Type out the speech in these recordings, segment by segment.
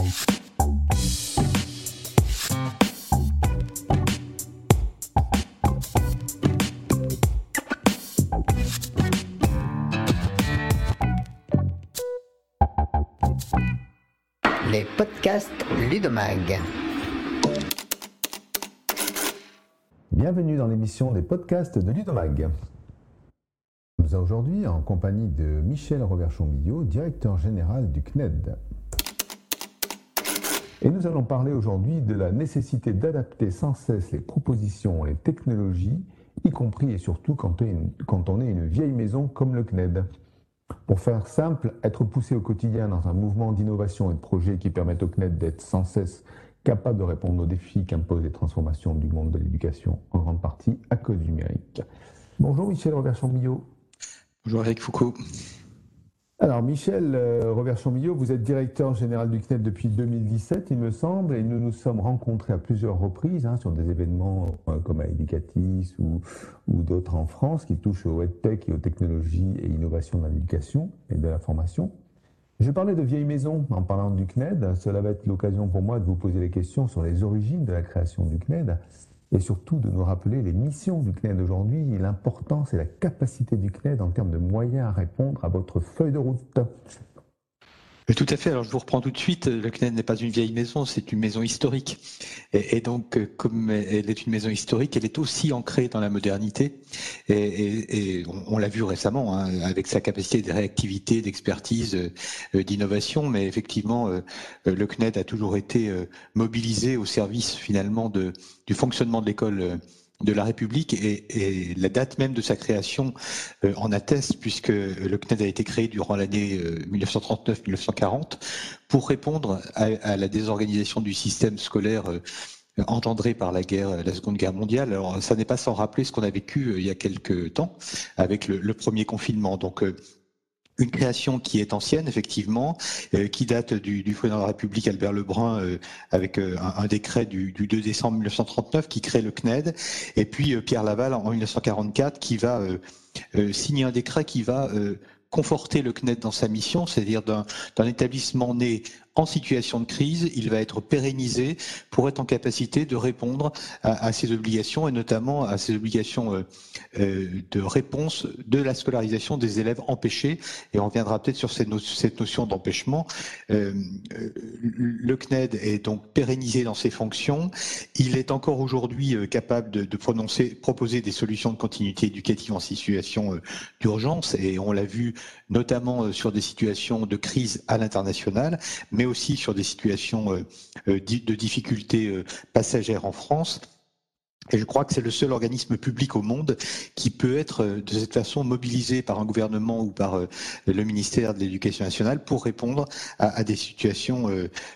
Les podcasts Ludomag. Bienvenue dans l'émission des podcasts de Ludomag. Nous sommes aujourd'hui en compagnie de Michel Reverchon-Billot, directeur général du CNED. Et nous allons parler aujourd'hui de la nécessité d'adapter sans cesse les propositions et les technologies, y compris et surtout quand on est une vieille maison comme le CNED. Pour faire simple, être poussé au quotidien dans un mouvement d'innovation et de projets qui permettent au CNED d'être sans cesse capable de répondre aux défis qu'imposent les transformations du monde de l'éducation, en grande partie à cause du numérique. Bonjour Michel Reverchon-Billot. Bonjour Eric Foucault. Alors Michel Reverchon-Billot, vous êtes directeur général du CNED depuis 2017, il me semble, et nous nous sommes rencontrés à plusieurs reprises sur des événements comme à Educatis ou d'autres en France qui touchent au EdTech et aux technologies et innovations dans l'éducation et de la formation. Je parlais de vieilles maisons en parlant du CNED. Cela va être l'occasion pour moi de vous poser des questions sur les origines de la création du CNED et surtout de nous rappeler les missions du CNED aujourd'hui, l'importance et la capacité du CNED en termes de moyens à répondre à votre feuille de route. Tout à fait, alors je vous reprends tout de suite, le CNED n'est pas une vieille maison, c'est une maison historique. Et donc, comme elle est une maison historique, elle est aussi ancrée dans la modernité. Et on l'a vu récemment, avec sa capacité de réactivité, d'expertise, d'innovation. Mais effectivement, le CNED a toujours été mobilisé au service finalement du fonctionnement de l'école de la République et la date même de sa création en atteste, puisque le CNED a été créé durant l'année 1939-1940 pour répondre à la désorganisation du système scolaire engendré par la Seconde Guerre mondiale. Alors, ça n'est pas sans rappeler ce qu'on a vécu il y a quelques temps avec le premier confinement. Donc, une création qui est ancienne, effectivement, qui date du président de la République Albert Lebrun avec un décret du 2 décembre 1939 qui crée le CNED, et puis Pierre Laval en 1944 qui va signer un décret qui va conforter le CNED dans sa mission, c'est-à-dire d'un établissement né en situation de crise, il va être pérennisé pour être en capacité de répondre à ses obligations et notamment à ses obligations de réponse de la scolarisation des élèves empêchés. Et on reviendra peut-être sur cette notion d'empêchement. Le CNED est donc pérennisé dans ses fonctions. Il est encore aujourd'hui capable de proposer des solutions de continuité éducative en situation d'urgence. Et on l'a vu notamment sur des situations de crise à l'international, mais aussi sur des situations de difficultés passagères en France. Et je crois que c'est le seul organisme public au monde qui peut être de cette façon mobilisé par un gouvernement ou par le ministère de l'Éducation nationale pour répondre à des situations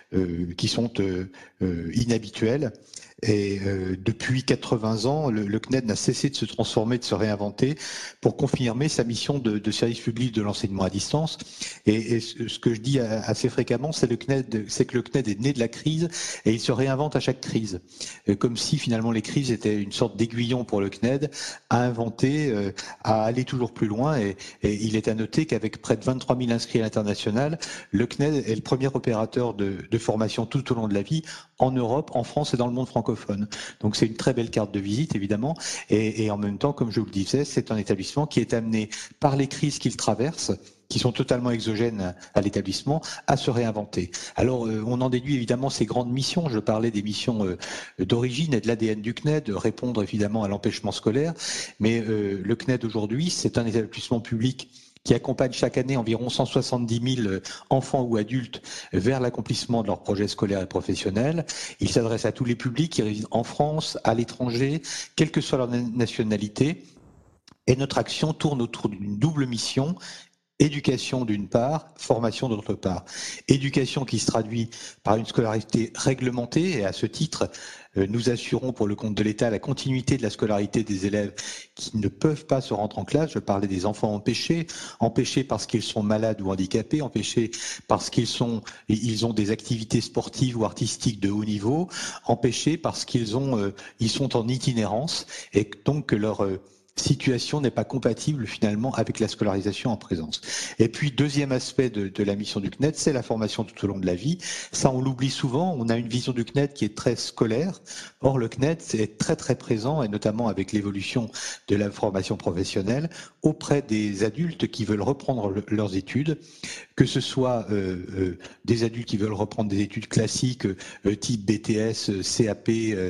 qui sont inhabituelles. Et depuis 80 ans, le CNED n'a cessé de se transformer, de se réinventer pour confirmer sa mission de service public de l'enseignement à distance. Et ce que je dis assez fréquemment, c'est que le CNED est né de la crise et il se réinvente à chaque crise. Comme si finalement les crises étaient une sorte d'aiguillon pour le CNED à inventer, à aller toujours plus loin. Et il est à noter qu'avec près de 23 000 inscrits à l'international, le CNED est le premier opérateur de formation tout au long de la vie en Europe, en France et dans le monde francophone. Donc c'est une très belle carte de visite évidemment et en même temps, comme je vous le disais, c'est un établissement qui est amené par les crises qu'il traverse, qui sont totalement exogènes à l'établissement, à se réinventer. Alors on en déduit évidemment ces grandes missions. Je parlais des missions d'origine et de l'ADN du CNED, répondre évidemment à l'empêchement scolaire, mais le CNED aujourd'hui, c'est un établissement public qui accompagne chaque année environ 170 000 enfants ou adultes vers l'accomplissement de leurs projets scolaires et professionnels. Il s'adresse à tous les publics qui résident en France, à l'étranger, quelle que soit leur nationalité. Et notre action tourne autour d'une double mission. Éducation d'une part, formation d'autre part. Éducation qui se traduit par une scolarité réglementée et à ce titre, nous assurons pour le compte de l'État la continuité de la scolarité des élèves qui ne peuvent pas se rendre en classe. Je parlais des enfants empêchés parce qu'ils sont malades ou handicapés, empêchés parce ils ont des activités sportives ou artistiques de haut niveau, empêchés parce ils sont en itinérance et donc que leur situation n'est pas compatible finalement avec la scolarisation en présence. Et puis deuxième aspect de la mission du CNED, c'est la formation tout au long de la vie. Ça, on l'oublie souvent. On a une vision du CNED qui est très scolaire. Or, le CNED est très très présent, et notamment avec l'évolution de la formation professionnelle, auprès des adultes qui veulent reprendre leurs études, que ce soit des adultes qui veulent reprendre des études classiques type BTS, CAP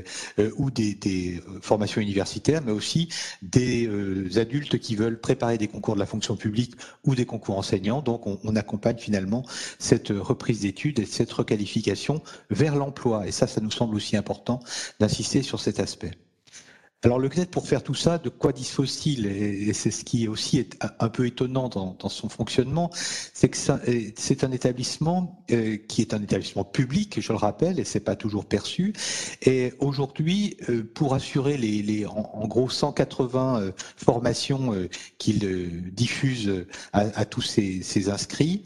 ou des formations universitaires, mais aussi des adultes qui veulent préparer des concours de la fonction publique ou des concours enseignants. Donc on accompagne finalement cette reprise d'études et cette requalification vers l'emploi. Et ça nous semble aussi important d'insister sur cet aspect. Alors le CNED, pour faire tout ça, de quoi dispose-t-il? Et c'est ce qui aussi est un peu étonnant dans son fonctionnement, c'est que c'est un établissement qui est un établissement public, je le rappelle, et c'est pas toujours perçu. Et aujourd'hui, pour assurer en gros 180 formations qu'il diffuse à tous ses inscrits,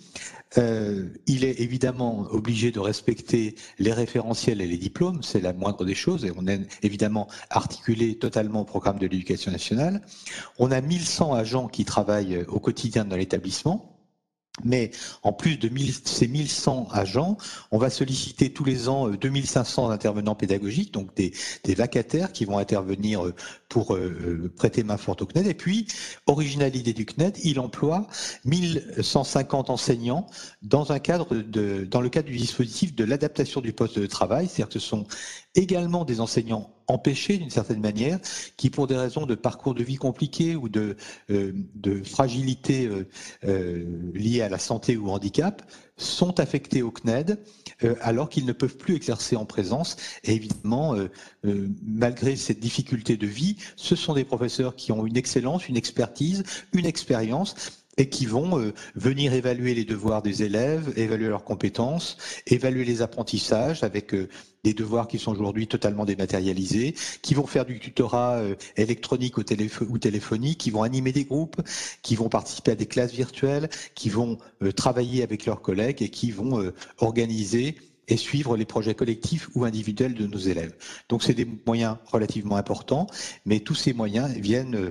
il est évidemment obligé de respecter les référentiels et les diplômes, c'est la moindre des choses, et on est évidemment articulé totalement au programme de l'éducation nationale. On a 1100 agents qui travaillent au quotidien dans l'établissement. Mais en plus de ces 1100 agents, on va solliciter tous les ans 2500 intervenants pédagogiques, donc des vacataires qui vont intervenir pour prêter main forte au CNED. Et puis, originalité du CNED, il emploie 1150 enseignants dans le cadre du dispositif de l'adaptation du poste de travail, c'est-à-dire que ce sont également des enseignants empêchés d'une certaine manière, qui pour des raisons de parcours de vie compliqués ou de fragilité liée à la santé ou au handicap, sont affectés au CNED alors qu'ils ne peuvent plus exercer en présence. Et évidemment, malgré cette difficulté de vie, ce sont des professeurs qui ont une excellence, une expertise, une expérience, et qui vont venir évaluer les devoirs des élèves, évaluer leurs compétences, évaluer les apprentissages avec des devoirs qui sont aujourd'hui totalement dématérialisés, qui vont faire du tutorat électronique ou téléphonique, qui vont animer des groupes, qui vont participer à des classes virtuelles, qui vont travailler avec leurs collègues et qui vont organiser et suivre les projets collectifs ou individuels de nos élèves. Donc c'est des moyens relativement importants, mais tous ces moyens viennent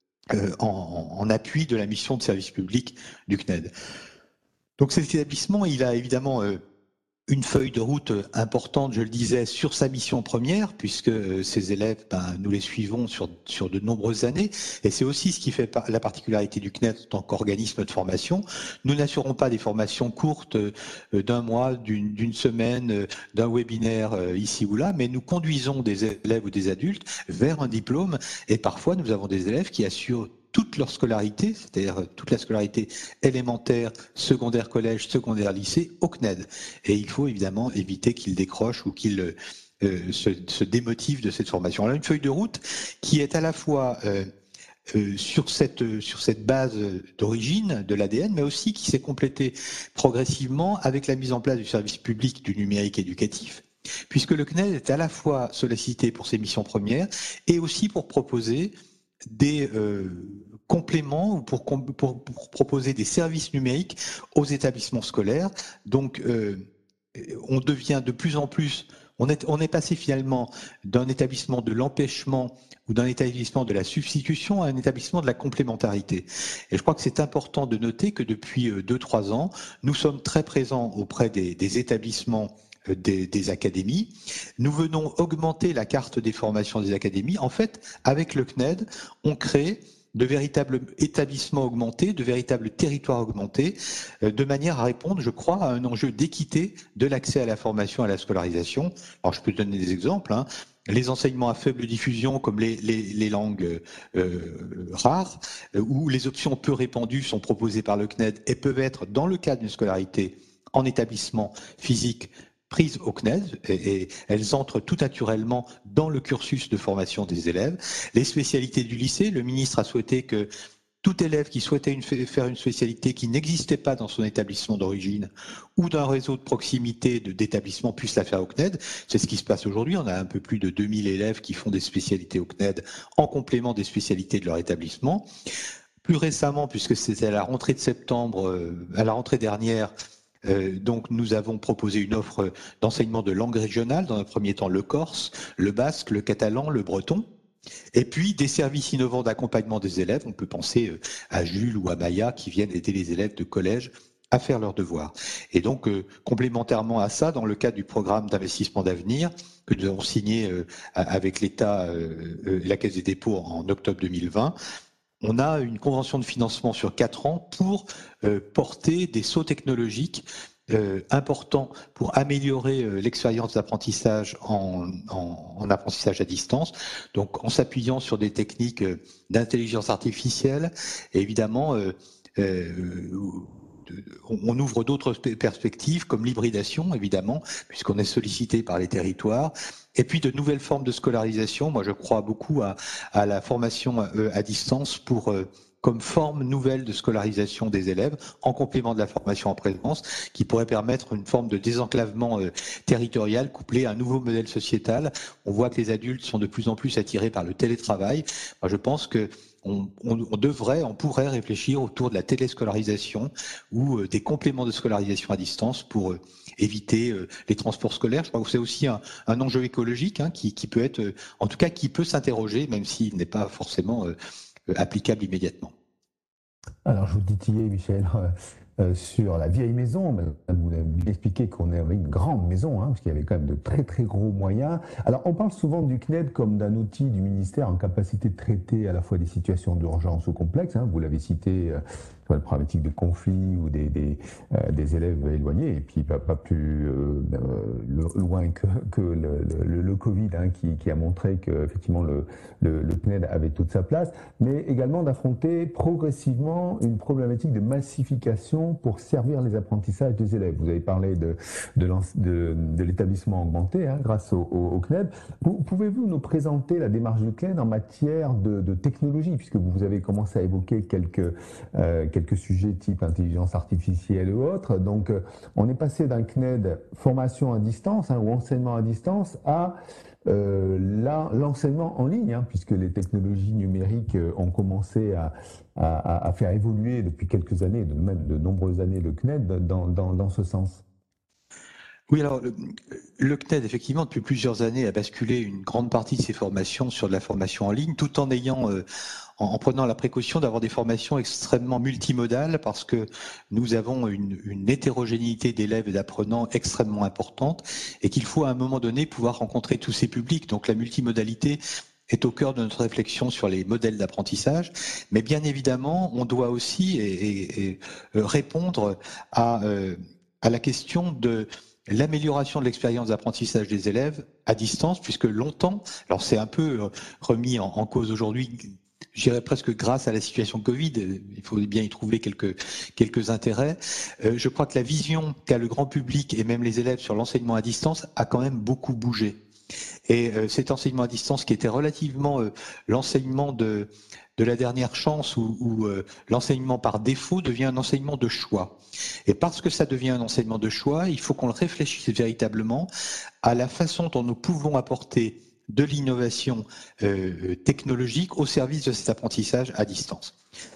en appui de la mission de service public du CNED. Donc cet établissement, il a évidemment une feuille de route importante, je le disais, sur sa mission première, puisque ces élèves, nous les suivons sur de nombreuses années, et c'est aussi ce qui fait la particularité du CNED en tant qu'organisme de formation. Nous n'assurons pas des formations courtes d'un mois, d'une semaine, d'un webinaire ici ou là, mais nous conduisons des élèves ou des adultes vers un diplôme, et parfois nous avons des élèves qui assurent toute leur scolarité, c'est-à-dire toute la scolarité élémentaire, secondaire collège, secondaire lycée, au CNED. Et il faut évidemment éviter qu'ils décrochent ou qu'ils se démotivent de cette formation. Alors une feuille de route qui est à la fois sur cette base d'origine de l'ADN, mais aussi qui s'est complétée progressivement avec la mise en place du service public du numérique éducatif, puisque le CNED est à la fois sollicité pour ses missions premières et aussi pour proposer des compléments ou pour proposer des services numériques aux établissements scolaires. Donc, on devient de plus en plus, on est passé finalement d'un établissement de l'empêchement ou d'un établissement de la substitution à un établissement de la complémentarité. Et je crois que c'est important de noter que depuis 2-3 ans, nous sommes très présents auprès des établissements des académies. Nous venons augmenter la carte des formations des académies. En fait, avec le CNED, on crée de véritables établissements augmentés, de véritables territoires augmentés, de manière à répondre, je crois, à un enjeu d'équité de l'accès à la formation, à la scolarisation. Alors, je peux donner des exemples. Les enseignements à faible diffusion, comme les langues rares, où les options peu répandues sont proposées par le CNED et peuvent être, dans le cadre d'une scolarité en établissement physique, prises au CNED, et elles entrent tout naturellement dans le cursus de formation des élèves. Les spécialités du lycée, le ministre a souhaité que tout élève qui souhaitait faire une spécialité qui n'existait pas dans son établissement d'origine ou d'un réseau de proximité d'établissement puisse la faire au CNED. C'est ce qui se passe aujourd'hui. On a un peu plus de 2000 élèves qui font des spécialités au CNED en complément des spécialités de leur établissement. Plus récemment, puisque c'était à la rentrée de septembre, à la rentrée dernière, donc nous avons proposé une offre d'enseignement de langue régionale, dans un premier temps le corse, le basque, le catalan, le breton. Et puis des services innovants d'accompagnement des élèves. On peut penser à Jules ou à Maya qui viennent aider les élèves de collège à faire leurs devoirs. Et donc, complémentairement à ça, dans le cadre du programme d'investissement d'avenir que nous avons signé avec l'État et la Caisse des dépôts en octobre 2020, on a une convention de financement sur 4 ans pour porter des sauts technologiques importants pour améliorer l'expérience d'apprentissage en apprentissage à distance, donc en s'appuyant sur des techniques d'intelligence artificielle, et évidemment on ouvre d'autres perspectives comme l'hybridation, évidemment, puisqu'on est sollicité par les territoires, et puis de nouvelles formes de scolarisation. Moi, je crois beaucoup à la formation à distance comme forme nouvelle de scolarisation des élèves, en complément de la formation en présence, qui pourrait permettre une forme de désenclavement territorial couplé à un nouveau modèle sociétal. On voit que les adultes sont de plus en plus attirés par le télétravail. Moi, je pense que on pourrait réfléchir autour de la téléscolarisation ou des compléments de scolarisation à distance pour éviter les transports scolaires. Je crois que c'est aussi un enjeu écologique qui peut être, en tout cas, qui peut s'interroger, même s'il n'est pas forcément applicable immédiatement. Alors, je vous titillais, Michel, sur la vieille maison. Vous avez expliqué qu'on avait une grande maison, parce qu'il y avait quand même de très très gros moyens. Alors, on parle souvent du CNED comme d'un outil du ministère en capacité de traiter à la fois des situations d'urgence ou complexes. Vous l'avez cité, sur la problématique de conflits ou des élèves éloignés, et puis pas plus loin que le Covid, qui a montré que effectivement le CNED avait toute sa place, mais également d'affronter progressivement une problématique de massification pour servir les apprentissages des élèves. Vous avez parlé de l'établissement augmenté grâce au CNED. Pouvez-vous nous présenter la démarche du CNED en matière de technologie, puisque vous avez commencé à évoquer quelques sujets type intelligence artificielle ou autres. Donc, on est passé d'un CNED formation à distance ou enseignement à distance à l'enseignement en ligne, puisque les technologies numériques ont commencé à faire évoluer depuis quelques années, même de nombreuses années, le CNED dans ce sens. Oui, alors le CNED, effectivement, depuis plusieurs années, a basculé une grande partie de ses formations sur de la formation en ligne, tout en ayant, en prenant la précaution d'avoir des formations extrêmement multimodales, parce que nous avons une hétérogénéité d'élèves et d'apprenants extrêmement importante, et qu'il faut à un moment donné pouvoir rencontrer tous ces publics. Donc la multimodalité est au cœur de notre réflexion sur les modèles d'apprentissage, mais bien évidemment, on doit aussi répondre à la question de l'amélioration de l'expérience d'apprentissage des élèves à distance, puisque longtemps, alors c'est un peu remis en cause aujourd'hui, je dirais presque grâce à la situation Covid, il faut bien y trouver quelques intérêts. Je crois que la vision qu'a le grand public et même les élèves sur l'enseignement à distance a quand même beaucoup bougé. Et cet enseignement à distance qui était relativement l'enseignement de la dernière chance ou l'enseignement par défaut devient un enseignement de choix. Et parce que ça devient un enseignement de choix, il faut qu'on le réfléchisse véritablement à la façon dont nous pouvons apporter de l'innovation technologique au service de cet apprentissage à distance.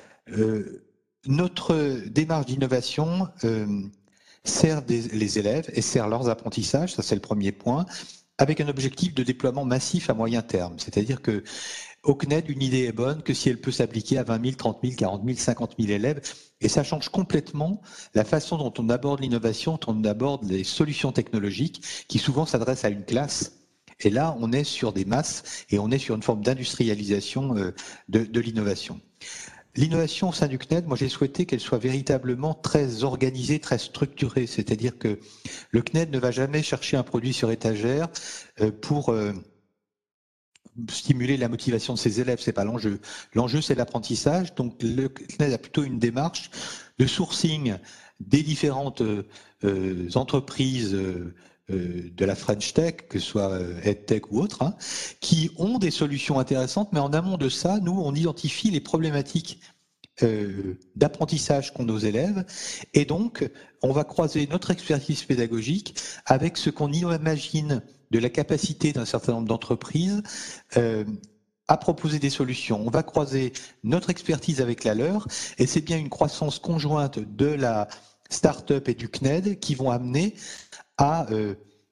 Notre démarche d'innovation sert les élèves et sert leurs apprentissages, ça c'est le premier point, avec un objectif de déploiement massif à moyen terme. C'est-à-dire que au CNED, une idée est bonne que si elle peut s'appliquer à 20 000, 30 000, 40 000, 50 000 élèves. Et ça change complètement la façon dont on aborde l'innovation, dont on aborde les solutions technologiques qui souvent s'adressent à une classe. Et là, on est sur des masses et on est sur une forme d'industrialisation de l'innovation. L'innovation au sein du CNED, moi j'ai souhaité qu'elle soit véritablement très organisée, très structurée. C'est-à-dire que le CNED ne va jamais chercher un produit sur étagère pour stimuler la motivation de ses élèves, c'est pas l'enjeu. L'enjeu, c'est l'apprentissage. Donc, le CNED a plutôt une démarche de sourcing des différentes entreprises de la French Tech, que ce soit EdTech ou autres, qui ont des solutions intéressantes, mais en amont de ça, nous, on identifie les problématiques d'apprentissage qu'ont nos élèves, et donc, on va croiser notre expertise pédagogique avec ce qu'on imagine de la capacité d'un certain nombre d'entreprises à proposer des solutions. On va croiser notre expertise avec la leur, et c'est bien une croissance conjointe de la start-up et du CNED qui vont amener à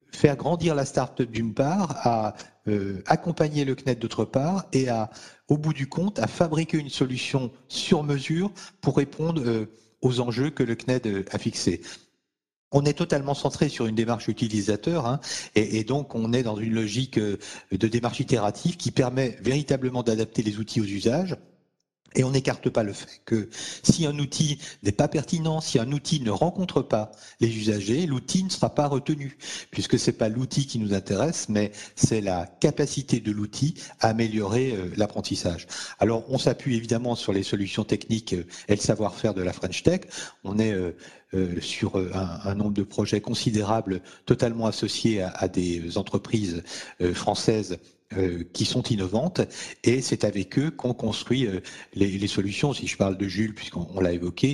faire grandir la start-up d'une part, à accompagner le CNED d'autre part, et au bout du compte, à fabriquer une solution sur mesure pour répondre aux enjeux que le CNED a fixés. On est totalement centré sur une démarche utilisateur, hein, et donc on est dans une logique de démarche itérative qui permet véritablement d'adapter les outils aux usages. Et on n'écarte pas le fait que si un outil n'est pas pertinent, si un outil ne rencontre pas les usagers, l'outil ne sera pas retenu, puisque c'est pas l'outil qui nous intéresse, mais c'est la capacité de l'outil à améliorer l'apprentissage. Alors, on s'appuie évidemment sur les solutions techniques et le savoir-faire de la French Tech. On est sur un nombre de projets considérables, totalement associés à des entreprises françaises qui sont innovantes, et c'est avec eux qu'on construit les solutions. Si je parle de Jules, puisqu'on l'a évoqué,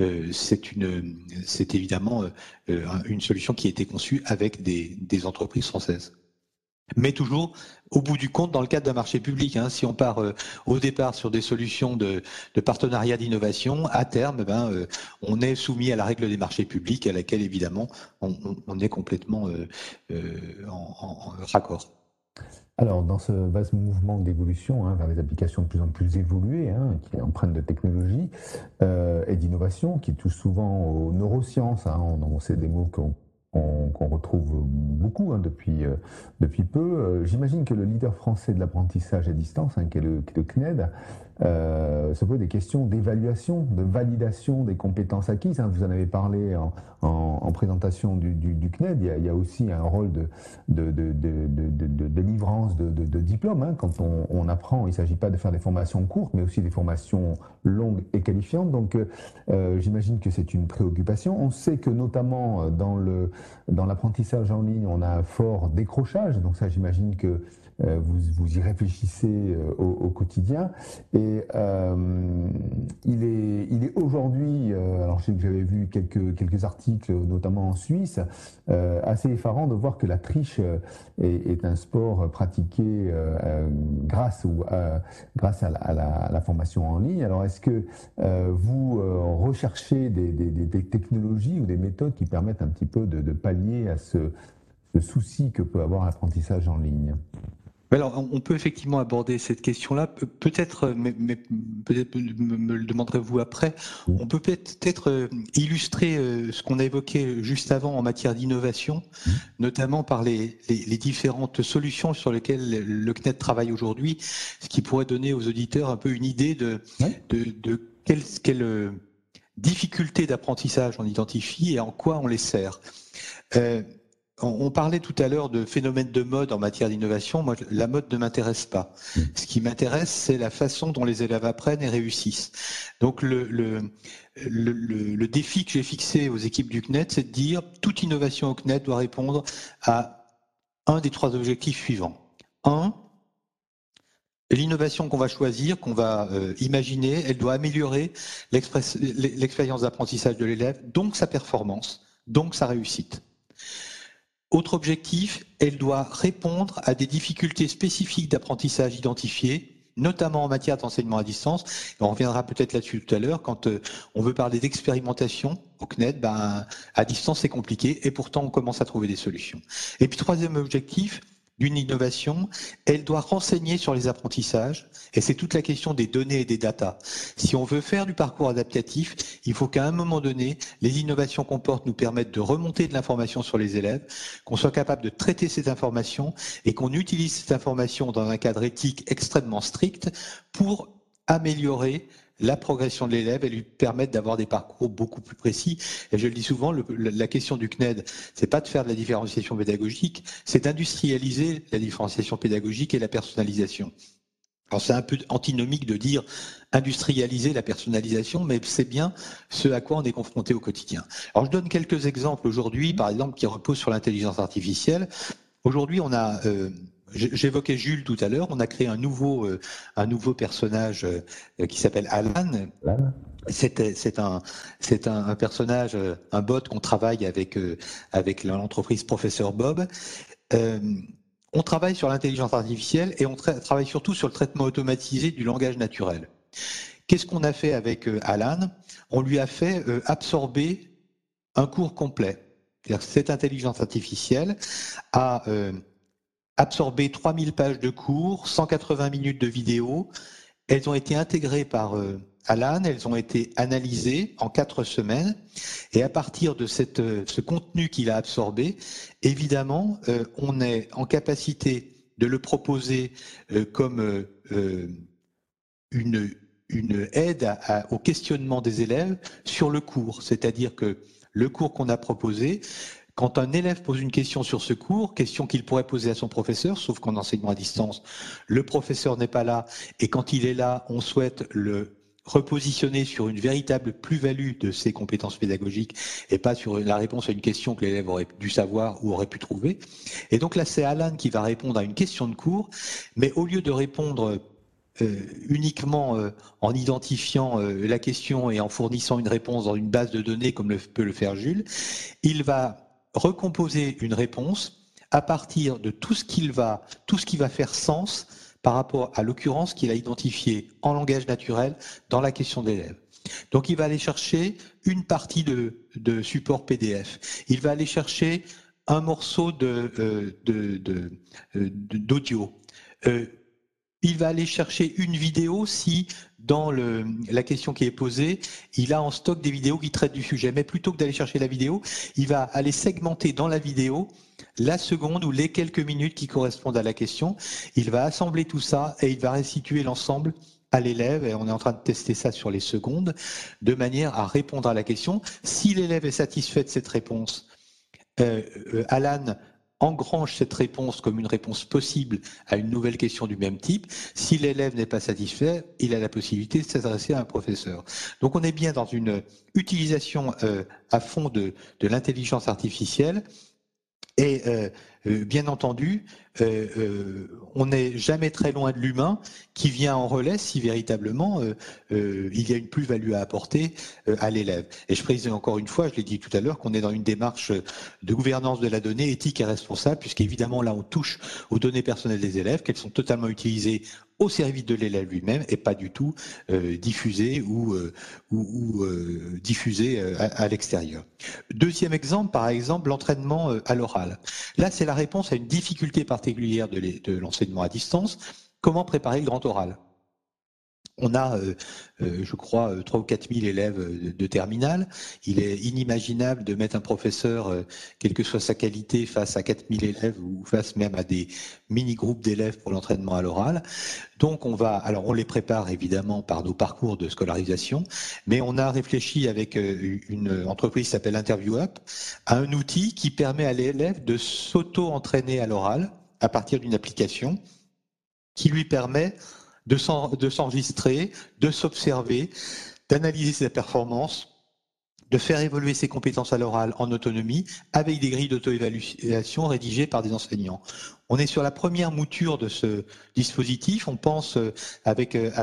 c'est évidemment une solution qui a été conçue avec des entreprises françaises. Mais toujours, au bout du compte, dans le cadre d'un marché public. Hein, si on part au départ sur des solutions de partenariat d'innovation, à terme, on est soumis à la règle des marchés publics, à laquelle évidemment on est complètement en raccord. Alors, dans ce vaste mouvement d'évolution vers des applications de plus en plus évoluées, qui empruntent de technologie et d'innovation, qui touchent souvent aux neurosciences, c'est des mots qu'on retrouve beaucoup depuis peu. J'imagine que le leader français de l'apprentissage à distance, qui est le CNED, se pose des questions d'évaluation, de validation des compétences acquises. Vous en avez parlé en présentation du CNED. Il y a aussi un rôle de délivrance de diplômes. Quand on apprend, il ne s'agit pas de faire des formations courtes, mais aussi des formations longues et qualifiantes. Donc, j'imagine que c'est une préoccupation. On sait que notamment dans l'apprentissage en ligne, on a un fort décrochage. Donc ça, j'imagine que vous y réfléchissez au quotidien. Et il est aujourd'hui, alors je sais que j'avais vu quelques articles, notamment en Suisse, assez effarant de voir que la triche est un sport pratiqué grâce à la formation en ligne. Alors est-ce que vous recherchez des technologies ou des méthodes qui permettent un petit peu de pallier à ce souci que peut avoir l'apprentissage en ligne? Alors, on peut effectivement aborder cette question-là. Peut-être, mais peut-être me le demanderez-vous après. On peut peut-être illustrer ce qu'on a évoqué juste avant en matière d'innovation, notamment par les différentes solutions sur lesquelles le CNED travaille aujourd'hui, ce qui pourrait donner aux auditeurs un peu une idée de quelles difficultés d'apprentissage on identifie et en quoi on les sert. On parlait tout à l'heure de phénomènes de mode en matière d'innovation. Moi, la mode ne m'intéresse pas. Ce qui m'intéresse, c'est la façon dont les élèves apprennent et réussissent. Donc, le défi que j'ai fixé aux équipes du CNED, c'est de dire toute innovation au CNED doit répondre à un des trois objectifs suivants. Un, l'innovation qu'on va choisir, qu'on va imaginer, elle doit améliorer l'expérience d'apprentissage de l'élève, donc sa performance, donc sa réussite. Autre objectif, elle doit répondre à des difficultés spécifiques d'apprentissage identifiées, notamment en matière d'enseignement à distance. Et on reviendra peut-être là-dessus tout à l'heure. Quand on veut parler d'expérimentation au CNED, à distance c'est compliqué et pourtant on commence à trouver des solutions. Et puis troisième objectif d'une innovation, elle doit renseigner sur les apprentissages, et c'est toute la question des données et des datas. Si on veut faire du parcours adaptatif, il faut qu'à un moment donné, les innovations qu'on porte nous permettent de remonter de l'information sur les élèves, qu'on soit capable de traiter cette information et qu'on utilise cette information dans un cadre éthique extrêmement strict pour améliorer la progression de l'élève et lui permettre d'avoir des parcours beaucoup plus précis. Et je le dis souvent, la question du CNED, c'est pas de faire de la différenciation pédagogique, c'est d'industrialiser la différenciation pédagogique et la personnalisation. Alors c'est un peu antinomique de dire industrialiser la personnalisation, mais c'est bien ce à quoi on est confronté au quotidien. Alors je donne quelques exemples aujourd'hui, par exemple, qui reposent sur l'intelligence artificielle. Aujourd'hui, on a... J'évoquais Jules tout à l'heure, on a créé un nouveau personnage qui s'appelle Alan. C'est un personnage, un bot qu'on travaille avec l'entreprise Professeur Bob. On travaille sur l'intelligence artificielle et on travaille surtout sur le traitement automatisé du langage naturel. Qu'est-ce qu'on a fait avec Alan ? On lui a fait absorber un cours complet. C'est-à-dire que cette intelligence artificielle a absorbé 3000 pages de cours, 180 minutes de vidéo. Elles ont été intégrées par Alan, elles ont été analysées en 4 semaines. Et à partir de ce contenu qu'il a absorbé, évidemment, on est en capacité de le proposer comme une aide au questionnement des élèves sur le cours. C'est-à-dire que le cours qu'on a proposé, quand un élève pose une question sur ce cours, question qu'il pourrait poser à son professeur, sauf qu'en enseignement à distance, le professeur n'est pas là, et quand il est là, on souhaite le repositionner sur une véritable plus-value de ses compétences pédagogiques et pas sur la réponse à une question que l'élève aurait dû savoir ou aurait pu trouver. Et donc là, c'est Alan qui va répondre à une question de cours, mais au lieu de répondre uniquement en identifiant la question et en fournissant une réponse dans une base de données comme peut le faire Jules, il va recomposer une réponse à partir de tout ce qui va faire sens par rapport à l'occurrence qu'il a identifiée en langage naturel dans la question de l'élève. Donc il va aller chercher une partie de support PDF. Il va aller chercher un morceau d'audio. Il va aller chercher une vidéo si, dans la question qui est posée, il a en stock des vidéos qui traitent du sujet. Mais plutôt que d'aller chercher la vidéo, il va aller segmenter dans la vidéo la seconde ou les quelques minutes qui correspondent à la question. Il va assembler tout ça et il va restituer l'ensemble à l'élève, et on est en train de tester ça sur les secondes, de manière à répondre à la question. Si l'élève est satisfait de cette réponse, Alan engrange cette réponse comme une réponse possible à une nouvelle question du même type. Si l'élève n'est pas satisfait, il a la possibilité de s'adresser à un professeur. Donc on est bien dans une utilisation à fond de l'intelligence artificielle. Et bien entendu, on n'est jamais très loin de l'humain qui vient en relais si véritablement il y a une plus-value à apporter à l'élève. Et je précise encore une fois, je l'ai dit tout à l'heure, qu'on est dans une démarche de gouvernance de la donnée éthique et responsable, puisqu'évidemment là on touche aux données personnelles des élèves, qu'elles sont totalement utilisées au service de l'élève lui-même et pas du tout diffusées ou diffusées à l'extérieur. Deuxième exemple, par exemple, l'entraînement à l'oral. Là, c'est la réponse à une difficulté particulière de l'enseignement à distance. Comment préparer le grand oral ? On a, je crois, 3 ou 4 000 élèves de terminale. Il est inimaginable de mettre un professeur, quelle que soit sa qualité, face à 4 000 élèves ou face même à des mini-groupes d'élèves pour l'entraînement à l'oral. Donc on les prépare évidemment par nos parcours de scolarisation, mais on a réfléchi avec une entreprise qui s'appelle InterviewUp à un outil qui permet à l'élève de s'auto-entraîner à l'oral à partir d'une application qui lui permet de s'enregistrer, de s'observer, d'analyser ses performances, de faire évoluer ses compétences à l'oral en autonomie avec des grilles d'auto-évaluation rédigées par des enseignants. On est sur la première mouture de ce dispositif. On pense avec le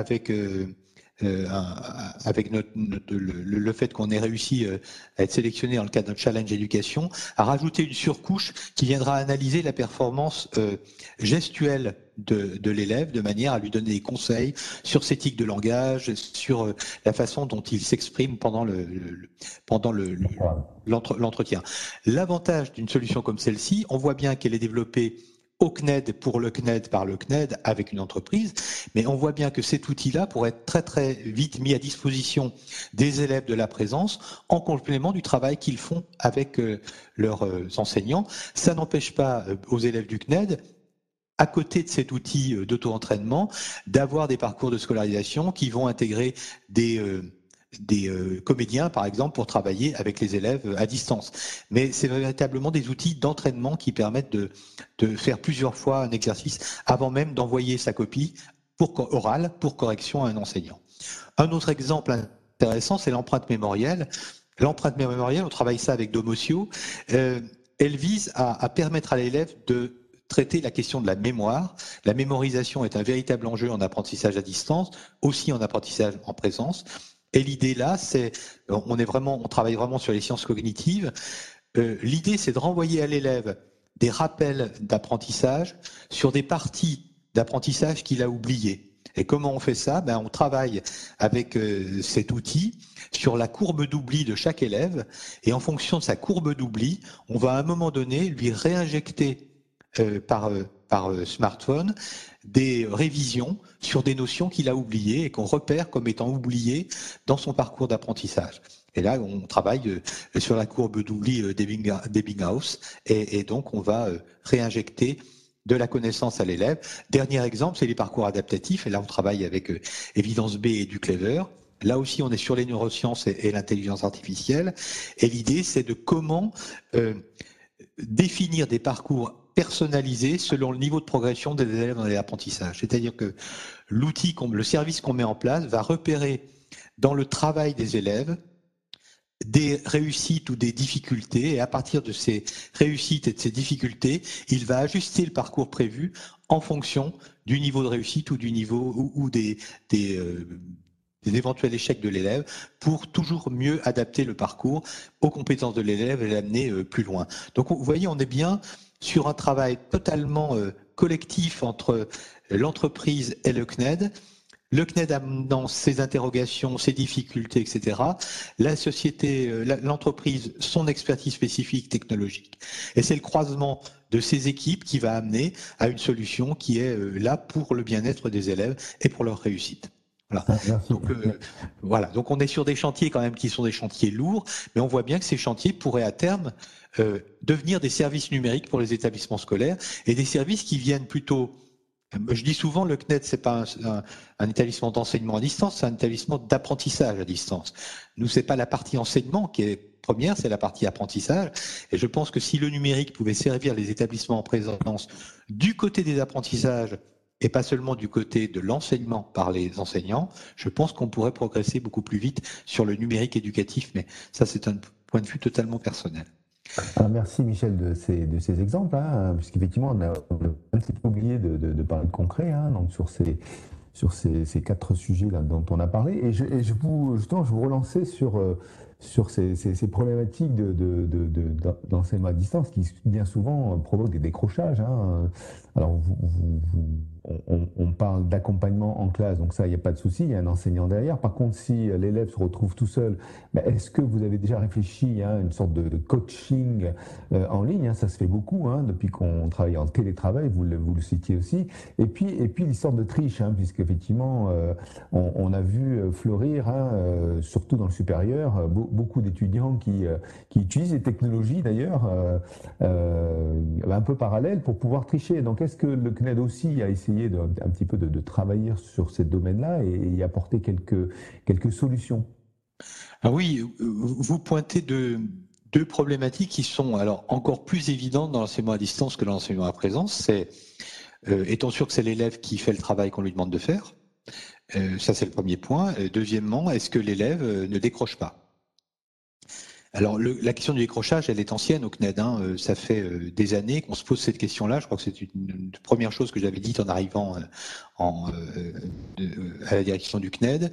fait qu'on ait réussi à être sélectionné dans le cadre d'un challenge éducation, à rajouter une surcouche qui viendra analyser la performance gestuelle de l'élève de manière à lui donner des conseils sur ses tics de langage, sur la façon dont il s'exprime pendant l'entretien. L'avantage d'une solution comme celle-ci, on voit bien qu'elle est développée au CNED pour le CNED par le CNED avec une entreprise, mais on voit bien que cet outil-là pourrait être très très vite mis à disposition des élèves de la présence en complément du travail qu'ils font avec leurs enseignants. Ça n'empêche pas aux élèves du CNED, à côté de cet outil d'auto-entraînement, d'avoir des parcours de scolarisation qui vont intégrer des comédiens, par exemple, pour travailler avec les élèves à distance. Mais c'est véritablement des outils d'entraînement qui permettent de faire plusieurs fois un exercice avant même d'envoyer sa copie orale pour correction à un enseignant. Un autre exemple intéressant, c'est l'empreinte mémorielle. L'empreinte mémorielle, on travaille ça avec Domotio. Elle vise à permettre à l'élève de traiter la question de la mémoire. La mémorisation est un véritable enjeu en apprentissage à distance, aussi en apprentissage en présence. Et l'idée là, on travaille vraiment sur les sciences cognitives. L'idée, c'est de renvoyer à l'élève des rappels d'apprentissage sur des parties d'apprentissage qu'il a oubliées. Et comment on fait ça? On travaille avec cet outil sur la courbe d'oubli de chaque élève, et en fonction de sa courbe d'oubli, on va à un moment donné lui réinjecter par smartphone des révisions sur des notions qu'il a oubliées et qu'on repère comme étant oubliées dans son parcours d'apprentissage. Et là, on travaille sur la courbe d'oubli d'Ebbinghaus, et donc on va réinjecter de la connaissance à l'élève. Dernier exemple, c'est les parcours adaptatifs, et là on travaille avec Evidence B et du Clever. Là aussi, on est sur les neurosciences et l'intelligence artificielle, et l'idée, c'est de comment définir des parcours personnalisés selon le niveau de progression des élèves dans l'apprentissage. C'est-à-dire que l'outil, le service qu'on met en place va repérer dans le travail des élèves des réussites ou des difficultés, et à partir de ces réussites et de ces difficultés, il va ajuster le parcours prévu en fonction du niveau de réussite ou du niveau ou des éventuels échecs de l'élève, pour toujours mieux adapter le parcours aux compétences de l'élève et l'amener plus loin. Donc vous voyez, on est bien sur un travail totalement collectif entre l'entreprise et le CNED. Le CNED amenant ses interrogations, ses difficultés, etc. La société, l'entreprise, son expertise spécifique technologique. Et c'est le croisement de ces équipes qui va amener à une solution qui est là pour le bien-être des élèves et pour leur réussite. Voilà. Donc on est sur des chantiers quand même qui sont des chantiers lourds, mais on voit bien que ces chantiers pourraient à terme devenir des services numériques pour les établissements scolaires, et des services qui viennent plutôt. Je dis souvent, le CNED, c'est pas un établissement d'enseignement à distance, c'est un établissement d'apprentissage à distance. Nous, c'est pas la partie enseignement qui est première, c'est la partie apprentissage. Et je pense que si le numérique pouvait servir les établissements en présence du côté des apprentissages et pas seulement du côté de l'enseignement par les enseignants, je pense qu'on pourrait progresser beaucoup plus vite sur le numérique éducatif. Mais ça, c'est un point de vue totalement personnel. Alors merci Michel de ces exemples, puisqu'effectivement on a un petit peu oublié de parler de concret, donc sur ces 4 sujets là dont on a parlé, et je vous relançais sur ces problématiques d'enseignement à distance qui bien souvent provoquent des décrochages. Alors on parle d'accompagnement en classe, donc ça, il n'y a pas de souci, il y a un enseignant derrière. Par contre, si l'élève se retrouve tout seul, est-ce que vous avez déjà réfléchi à une sorte de coaching en ligne? Ça se fait beaucoup depuis qu'on travaille en télétravail, vous le citiez aussi. Et puis l'histoire de triche, puisqu'effectivement, on a vu fleurir, surtout dans le supérieur, beaucoup d'étudiants qui utilisent les technologies d'ailleurs un peu parallèles pour pouvoir tricher. Donc est-ce que le CNED aussi a essayé un petit peu de travailler sur ces domaines-là et y apporter quelques solutions? Ah oui, vous pointez deux problématiques qui sont alors encore plus évidentes dans l'enseignement à distance que dans l'enseignement à présence. C'est étant sûr que c'est l'élève qui fait le travail qu'on lui demande de faire. Ça, c'est le premier point. Deuxièmement, est-ce que l'élève ne décroche pas? Alors, la question du décrochage, elle est ancienne au CNED. Ça fait des années qu'on se pose cette question-là. Je crois que c'est une première chose que j'avais dite en arrivant à la direction du CNED.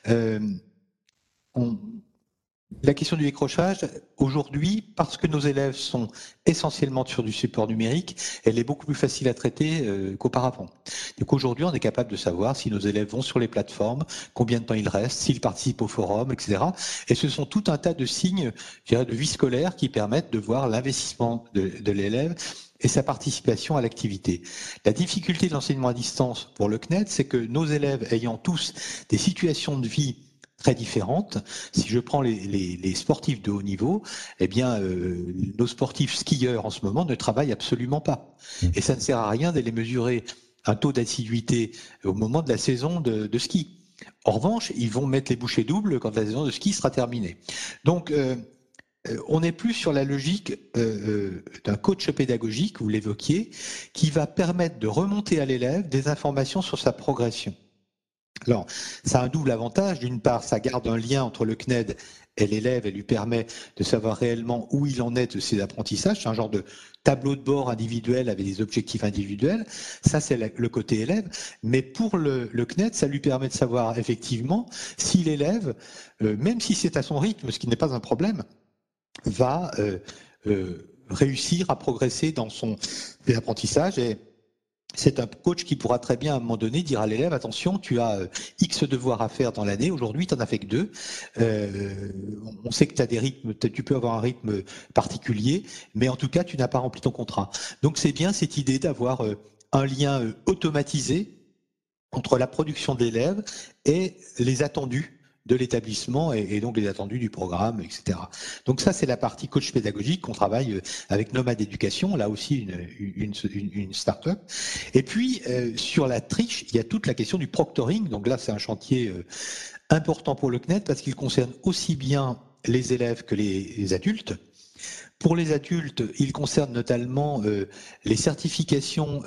La question du décrochage, aujourd'hui, parce que nos élèves sont essentiellement sur du support numérique, elle est beaucoup plus facile à traiter qu'auparavant. Donc aujourd'hui, on est capable de savoir si nos élèves vont sur les plateformes, combien de temps ils restent, s'ils participent au forum, etc. Et ce sont tout un tas de signes, je dirais, de vie scolaire qui permettent de voir l'investissement de l'élève et sa participation à l'activité. La difficulté de l'enseignement à distance pour le CNED, c'est que nos élèves ayant tous des situations de vie très différentes. Si je prends les sportifs de haut niveau, eh bien, nos sportifs skieurs en ce moment ne travaillent absolument pas. Et ça ne sert à rien d'aller mesurer un taux d'assiduité au moment de la saison de ski. En revanche, ils vont mettre les bouchées doubles quand la saison de ski sera terminée. Donc, on n'est plus sur la logique d'un coach pédagogique, vous l'évoquiez, qui va permettre de remonter à l'élève des informations sur sa progression. Alors, ça a un double avantage. D'une part, ça garde un lien entre le CNED et l'élève et lui permet de savoir réellement où il en est de ses apprentissages. C'est un genre de tableau de bord individuel avec des objectifs individuels. Ça, c'est le côté élève. Mais pour le CNED, ça lui permet de savoir effectivement si l'élève, même si c'est à son rythme, ce qui n'est pas un problème, va réussir à progresser dans son apprentissage. Et c'est un coach qui pourra très bien à un moment donné dire à l'élève, attention, tu as X devoirs à faire dans l'année, aujourd'hui tu n'en as fait que 2. On sait que tu as des rythmes, tu peux avoir un rythme particulier, mais en tout cas tu n'as pas rempli ton contrat. Donc c'est bien cette idée d'avoir un lien automatisé entre la production de l'élève et les attendus de l'établissement et donc les attendus du programme, etc. Donc ça, c'est la partie coach pédagogique qu'on travaille avec Nomade Éducation, là aussi une start-up. Et puis, sur la triche, il y a toute la question du proctoring. Donc là, c'est un chantier important pour le CNED parce qu'il concerne aussi bien les élèves que les adultes. Pour les adultes, il concerne notamment les certifications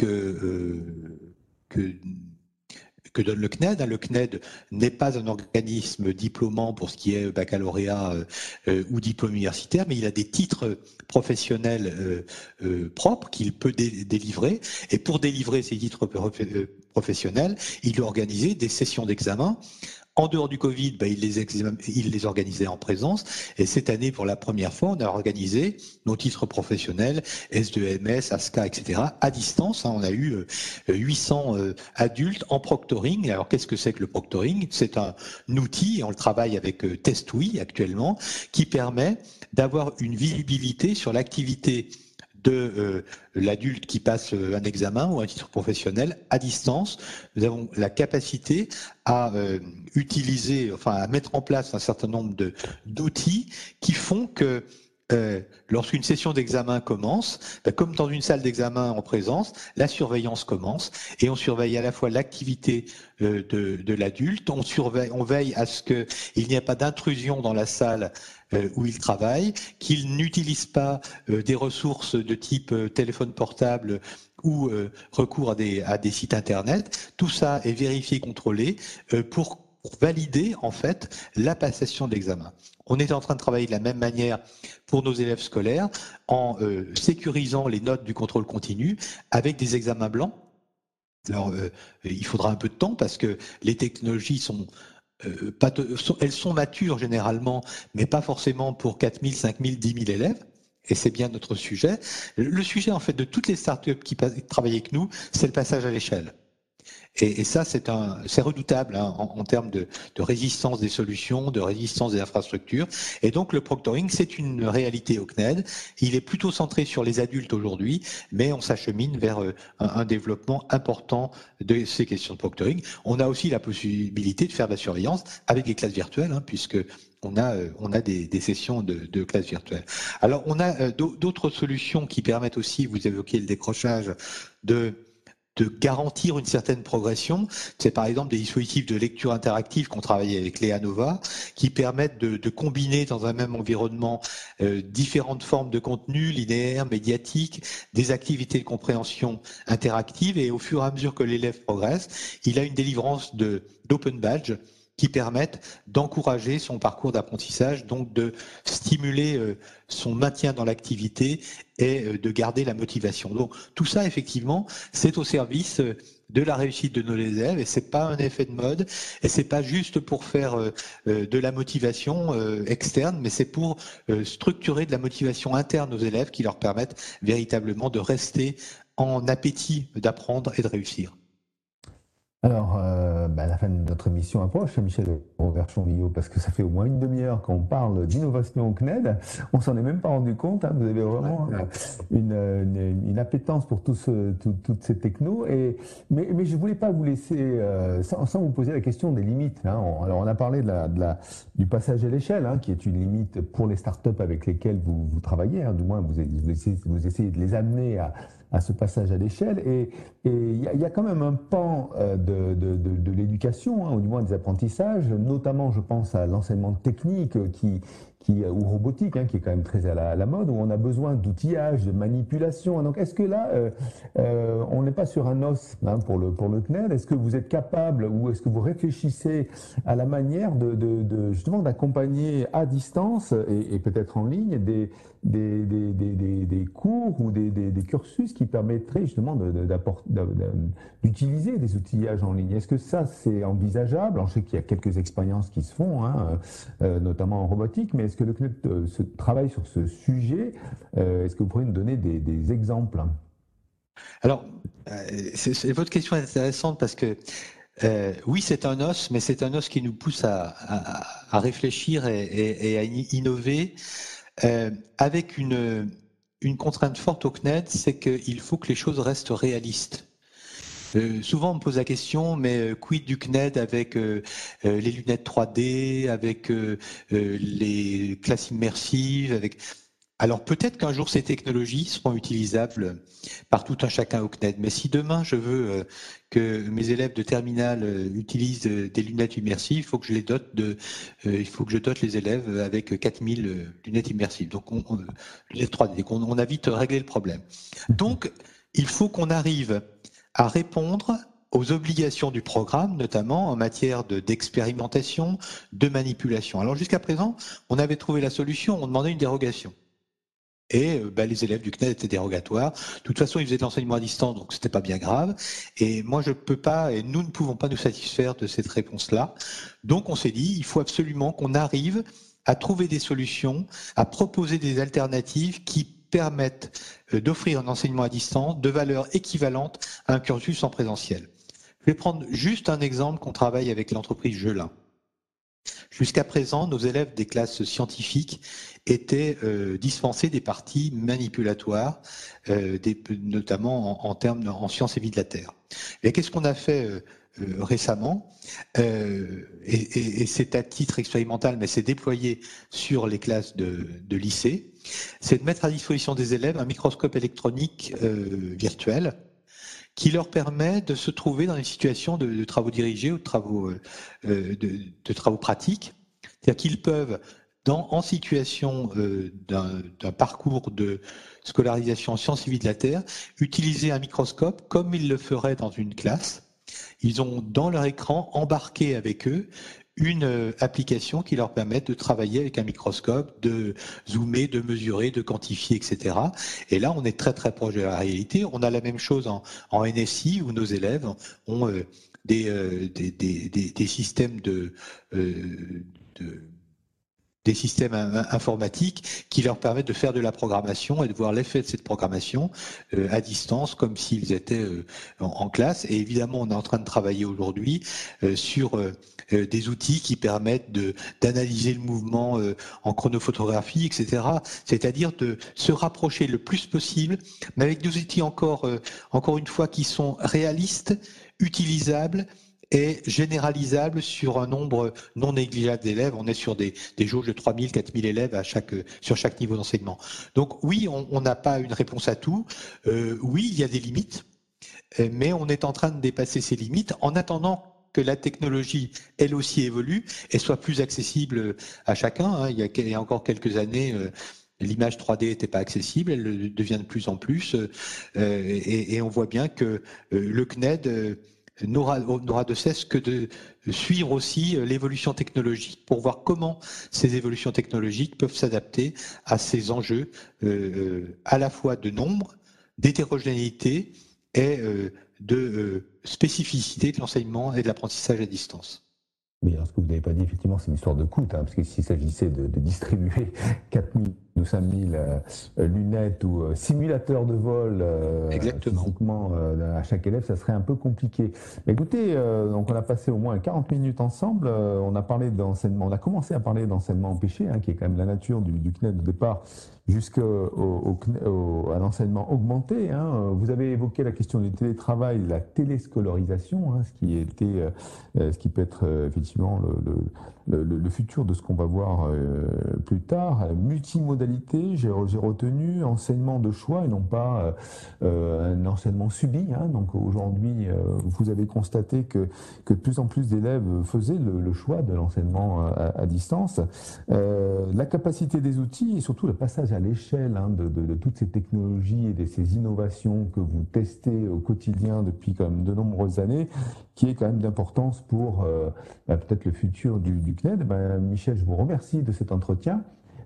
que donne le CNED. Le CNED n'est pas un organisme diplômant pour ce qui est baccalauréat ou diplôme universitaire, mais il a des titres professionnels propres qu'il peut délivrer. Et pour délivrer ces titres professionnels, il doit organiser des sessions d'examen. En dehors du Covid, il les organisait en présence. Et cette année, pour la première fois, on a organisé nos titres professionnels, S2MS, ASCA, etc., à distance. On a eu 800 adultes en proctoring. Alors, qu'est-ce que c'est que le proctoring? C'est un outil, on le travaille avec TestWe actuellement, qui permet d'avoir une visibilité sur l'activité de l'adulte qui passe un examen ou un titre professionnel à distance. Nous avons la capacité à utiliser, enfin à mettre en place un certain nombre d'outils qui font que lorsqu'une session d'examen commence, comme dans une salle d'examen en présence, la surveillance commence et on surveille à la fois l'activité de l'adulte, on veille à ce qu'il n'y ait pas d'intrusion dans la salle où il travaille, qu'il n'utilise pas des ressources de type téléphone portable ou recours à des sites internet. Tout ça est vérifié, contrôlé pour valider en fait la passation de l'examen. On est en train de travailler de la même manière pour nos élèves scolaires en sécurisant les notes du contrôle continu avec des examens blancs. Alors, il faudra un peu de temps parce que les technologies elles sont matures généralement, mais pas forcément pour 4 000, 5 000, 10 000 élèves. Et c'est bien notre sujet. Le sujet, en fait, de toutes les startups qui travaillent avec nous, c'est le passage à l'échelle. Et ça, c'est redoutable en termes de résistance des solutions, de résistance des infrastructures. Et donc, le proctoring, c'est une réalité au CNED. Il est plutôt centré sur les adultes aujourd'hui, mais on s'achemine vers un développement important de ces questions de proctoring. On a aussi la possibilité de faire de la surveillance avec des classes virtuelles, puisque on a des sessions de classes virtuelles. Alors, on a d'autres solutions qui permettent aussi, vous évoquiez le décrochage, de garantir une certaine progression. C'est par exemple des dispositifs de lecture interactive qu'on travaille avec Léa Nova, qui permettent de combiner dans un même environnement différentes formes de contenu, linéaires, médiatiques, des activités de compréhension interactive, et au fur et à mesure que l'élève progresse, il a une délivrance d'open badge qui permettent d'encourager son parcours d'apprentissage, donc de stimuler son maintien dans l'activité et de garder la motivation. Donc tout ça, effectivement, c'est au service de la réussite de nos élèves, et c'est pas un effet de mode, et c'est pas juste pour faire de la motivation externe, mais c'est pour structurer de la motivation interne aux élèves qui leur permettent véritablement de rester en appétit d'apprendre et de réussir. Alors, la fin de notre émission approche, Michel Roverchon-Villot, parce que ça fait au moins une demi-heure qu'on parle d'innovation au CNED. On s'en est même pas rendu compte. Vous avez vraiment une appétence pour toutes ces technos. Mais je voulais pas vous laisser sans vous poser la question des limites. Alors, on a parlé du passage à l'échelle, qui est une limite pour les startups avec lesquelles vous travaillez. Du moins, vous essayez de les amener à ce passage à l'échelle, et il y a quand même un pan de l'éducation, ou du moins des apprentissages, notamment je pense à l'enseignement technique ou robotique, qui est quand même très à la mode, où on a besoin d'outillage, de manipulation. Donc est-ce que là, on n'est pas sur un os pour le CNED? Est-ce que vous êtes capable, ou est-ce que vous réfléchissez à la manière justement d'accompagner à distance et peut-être en ligne des cours ou des cursus qui permettraient justement d'utiliser des outillages en ligne? Est-ce que ça, c'est envisageable? Alors, je sais qu'il y a quelques expériences qui se font, notamment en robotique, mais est-ce que le CNED travaille sur ce sujet? Est-ce que vous pourriez nous donner des exemples? Alors, votre question est intéressante parce que oui, c'est un os, mais c'est un os qui nous pousse à réfléchir et à innover avec une contrainte forte au CNED, c'est qu'il faut que les choses restent réalistes. Souvent, on me pose la question, mais quid du CNED avec les lunettes 3D, avec les classes immersives, avec... Alors peut-être qu'un jour ces technologies seront utilisables par tout un chacun au CNED, mais si demain je veux que mes élèves de terminale utilisent des lunettes immersives, il faut que je les dote il faut que je dote les élèves avec 4000 lunettes immersives, donc lunettes 3D, on a vite réglé le problème. Donc il faut qu'on arrive à répondre aux obligations du programme, notamment en matière d'expérimentation, de manipulation. Alors jusqu'à présent, on avait trouvé la solution, on demandait une dérogation. Et les élèves du CNED étaient dérogatoires. De toute façon, ils faisaient de l'enseignement à distance, donc c'était pas bien grave. Et moi, je peux pas, et nous ne pouvons pas nous satisfaire de cette réponse-là. Donc, on s'est dit, il faut absolument qu'on arrive à trouver des solutions, à proposer des alternatives qui permettent d'offrir un enseignement à distance de valeur équivalente à un cursus en présentiel. Je vais prendre juste un exemple qu'on travaille avec l'entreprise Gelin. Jusqu'à présent, nos élèves des classes scientifiques étaient dispensés des parties manipulatoires, notamment en sciences et vie de la Terre. Et qu'est-ce qu'on a fait récemment et c'est à titre expérimental, mais c'est déployé sur les classes de lycée, c'est de mettre à disposition des élèves un microscope électronique virtuel qui leur permet de se trouver dans une situation de travaux dirigés ou de travaux pratiques. C'est-à-dire qu'ils peuvent, en situation d'un parcours de scolarisation en sciences et vie de la Terre, utiliser un microscope comme ils le feraient dans une classe. Ils ont dans leur écran embarqué avec eux une application qui leur permet de travailler avec un microscope, de zoomer, de mesurer, de quantifier, etc. Et là, on est très très proche de la réalité. On a la même chose en NSI où nos élèves ont des systèmes des systèmes informatiques qui leur permettent de faire de la programmation et de voir l'effet de cette programmation à distance comme s'ils étaient en classe. Et évidemment, on est en train de travailler aujourd'hui sur des outils qui permettent d'analyser le mouvement en chronophotographie, etc. C'est-à-dire de se rapprocher le plus possible, mais avec des outils encore une fois qui sont réalistes, utilisables est généralisable sur un nombre non négligeable d'élèves. On est sur des jauges de 3000, 4000 élèves sur chaque niveau d'enseignement. Donc oui, on n'a pas une réponse à tout. Oui, il y a des limites, mais on est en train de dépasser ces limites en attendant que la technologie, elle aussi, évolue et soit plus accessible à chacun. Il y a encore quelques années, l'image 3D n'était pas accessible, elle le devient de plus en plus. Et on voit bien que le CNED n'aura de cesse que de suivre aussi l'évolution technologique pour voir comment ces évolutions technologiques peuvent s'adapter à ces enjeux à la fois de nombre, d'hétérogénéité et de spécificité de l'enseignement et de l'apprentissage à distance. Oui, alors ce que vous n'avez pas dit, effectivement, c'est une histoire de coût, parce que s'il s'agissait de distribuer 4000 ou 5000 lunettes ou simulateurs de vol physiquement à chaque élève, ça serait un peu compliqué. Mais écoutez, donc on a passé au moins 40 minutes ensemble, on a parlé d'enseignement, on a commencé à parler d'enseignement empêché, qui est quand même la nature du CNED au départ, jusqu'à l'enseignement augmenté. Vous avez évoqué la question du télétravail, la téléscolarisation, ce qui peut être effectivement le futur de ce qu'on va voir plus tard. Multimodalité, j'ai retenu enseignement de choix et non pas un enseignement subi. Donc aujourd'hui, vous avez constaté que de plus en plus d'élèves faisaient le choix de l'enseignement à distance. La capacité des outils et surtout le passage à l'échelle de toutes ces technologies et de ces innovations que vous testez au quotidien depuis quand même de nombreuses années, qui est quand même d'importance pour peut-être le futur du CNED. Michel, je vous remercie de cet entretien.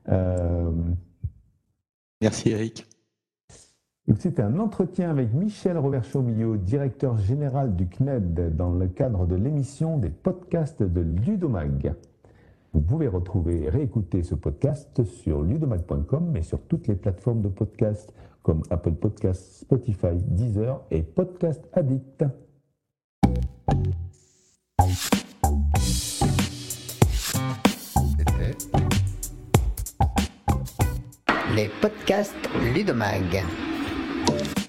Merci Eric. C'était un entretien avec Michel Roverchot-Millot, directeur général du CNED, dans le cadre de l'émission des podcasts de Ludomag. Vous pouvez retrouver et réécouter ce podcast sur ludomag.com et sur toutes les plateformes de podcast comme Apple Podcasts, Spotify, Deezer et Podcast Addict. Les podcasts Ludomag.